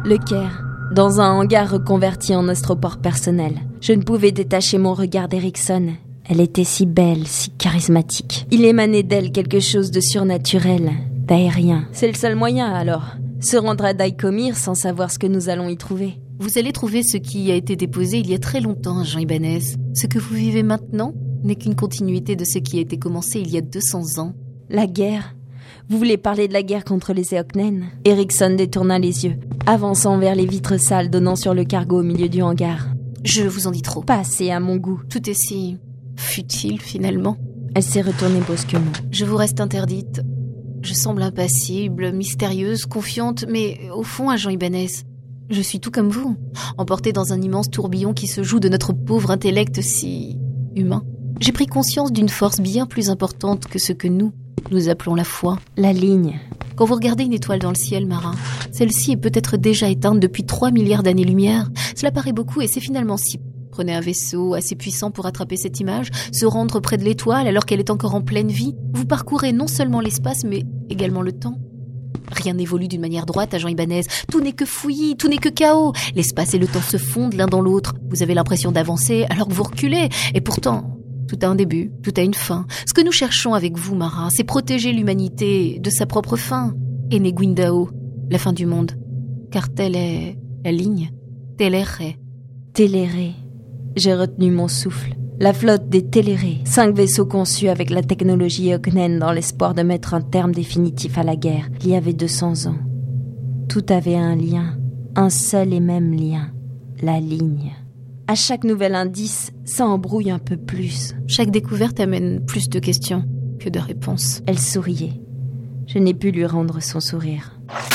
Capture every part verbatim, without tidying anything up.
Le Caire, dans un hangar reconverti en astroport personnel. Je ne pouvais détacher mon regard d'Erickson. Elle était si belle, si charismatique. Il émanait d'elle quelque chose de surnaturel, d'aérien. C'est le seul moyen alors, se rendre à Daïkomir sans savoir ce que nous allons y trouver. Vous allez trouver ce qui a été déposé il y a très longtemps, Jean Ibanez. Ce que vous vivez maintenant n'est qu'une continuité de ce qui a été commencé il y a deux cents ans. La guerre. Vous voulez parler de la guerre contre les Eoknen ? Erickson détourna les yeux, avançant vers les vitres sales donnant sur le cargo au milieu du hangar. Je vous en dis trop. Pas assez à mon goût. Tout est si futile finalement. Elle s'est retournée brusquement. Je vous reste interdite. Je semble impassible, mystérieuse, confiante, mais au fond, agent Ibanez, je suis tout comme vous, emportée dans un immense tourbillon qui se joue de notre pauvre intellect si humain. J'ai pris conscience d'une force bien plus importante que ce que nous, nous appelons la foi. La ligne. Quand vous regardez une étoile dans le ciel, marin, celle-ci est peut-être déjà éteinte depuis trois milliards d'années-lumière. Cela paraît beaucoup et c'est finalement si. Prenez un vaisseau assez puissant pour attraper cette image, se rendre près de l'étoile alors qu'elle est encore en pleine vie. Vous parcourez non seulement l'espace, mais également le temps. Rien n'évolue d'une manière droite, agent Ibanez. Tout n'est que fouillis, tout n'est que chaos. L'espace et le temps se fondent l'un dans l'autre. Vous avez l'impression d'avancer alors que vous reculez. Et pourtant, tout a un début, tout a une fin. Ce que nous cherchons avec vous, Mara, c'est protéger l'humanité de sa propre fin. Eneguindao, la fin du monde. Car telle est la ligne. Téléré. Téléré. J'ai retenu mon souffle. La flotte des Télérés, cinq vaisseaux conçus avec la technologie Eoknen dans l'espoir de mettre un terme définitif à la guerre, il y avait deux cents ans. Tout avait un lien, un seul et même lien, la ligne. À chaque nouvel indice, ça embrouille un peu plus. Chaque découverte amène plus de questions que de réponses. Elle souriait. Je n'ai pu lui rendre son sourire.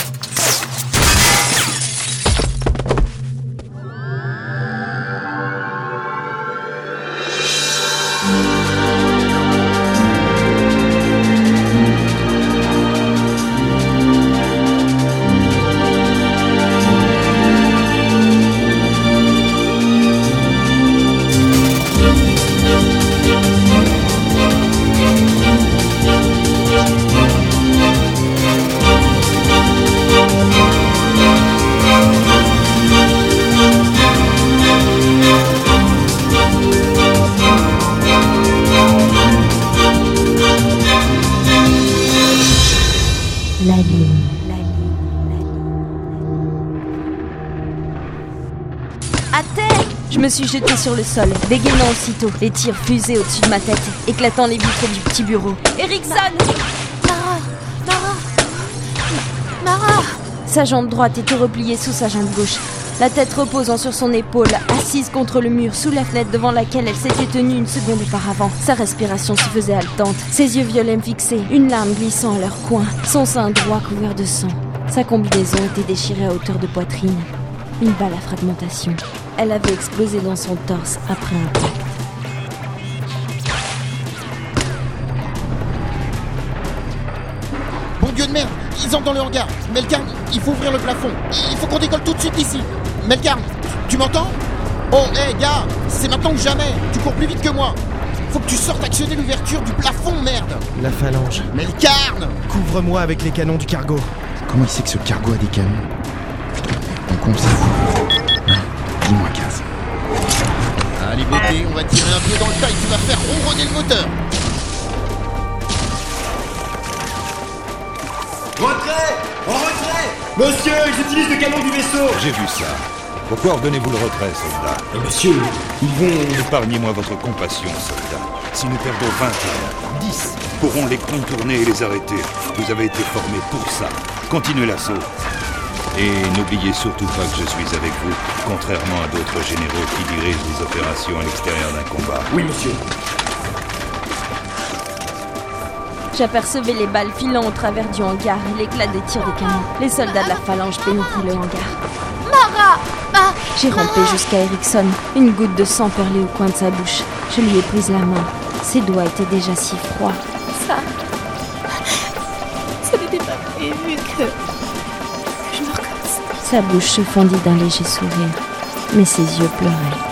La ligne, la ligne, la ligne. À terre ! Je me suis jetée sur le sol, bégayant aussitôt. Les tirs fusaient au-dessus de ma tête, éclatant les vitres du petit bureau. Erickson ! Mara, Mara, Mara. Sa jambe droite était repliée sous sa jambe gauche, la tête reposant sur son épaule, assise contre le mur, sous la fenêtre devant laquelle elle s'était tenue une seconde auparavant. Sa respiration se faisait haletante, ses yeux violets me fixaient, une larme glissant à leur coin, son sein droit couvert de sang. Sa combinaison était déchirée à hauteur de poitrine. Une balle à fragmentation. Elle avait explosé dans son torse après impact. Bon Dieu de merde, ils entrent dans le hangar. Melkarn, il faut ouvrir le plafond. Il faut qu'on décolle tout de suite d'ici. Melkarn, tu m'entends ? Oh, hé, hey, gars, c'est maintenant ou jamais. Tu cours plus vite que moi. Faut que tu sortes actionner l'ouverture du plafond, merde. La phalange. Melkarn ! Couvre-moi avec les canons du cargo. Comment il sait que ce cargo a des canons ? Putain, on compte, c'est fou. Hein ? Dis-moi, Kaz. Allez, beauté, on va tirer un pied dans le tas et tu vas faire ronronner le moteur. Retrait ! En retrait ! Monsieur, ils utilisent le canon du vaisseau. J'ai vu ça. Pourquoi ordonnez-vous le retrait, soldat ? Mais monsieur, ils vont... Épargnez-moi votre compassion, soldat. Si nous perdons vingt hommes, dix pourront les contourner et les arrêter. Vous avez été formés pour ça. Continuez l'assaut. Et n'oubliez surtout pas que je suis avec vous, contrairement à d'autres généraux qui dirigent des opérations à l'extérieur d'un combat. Oui, monsieur. J'apercevais les balles filant au travers du hangar et l'éclat des tirs des canons. Les soldats de la phalange pénétraient le hangar. Mara, Mara. J'ai rampé jusqu'à Erickson, une goutte de sang perlée au coin de sa bouche. Je lui ai prise la main. Ses doigts étaient déjà si froids. Ça... Ça n'était pas prévu que... je me reconnaisse. Sa bouche se fendit d'un léger sourire, mais ses yeux pleuraient.